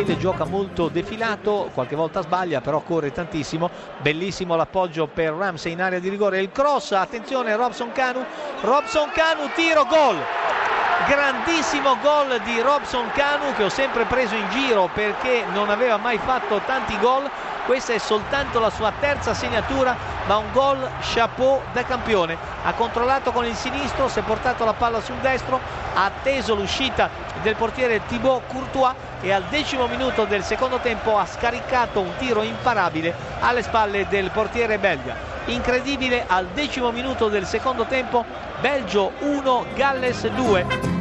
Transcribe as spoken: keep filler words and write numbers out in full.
Bale gioca molto defilato, qualche volta sbaglia, però corre tantissimo. Bellissimo l'appoggio per Ramsey in area di rigore, il cross, attenzione, Robson Kanu, Robson Kanu, tiro, gol! Grandissimo gol di Robson Kanu, che ho sempre preso in giro perché non aveva mai fatto tanti gol. Questa è soltanto la sua terza segnatura, ma un gol chapeau da campione. Ha controllato con il sinistro, si è portato la palla sul destro, ha atteso l'uscita del portiere Thibaut Courtois e al decimo minuto del secondo tempo ha scaricato un tiro imparabile alle spalle del portiere belga. Incredibile, al decimo minuto del secondo tempo, Belgio uno, Galles due.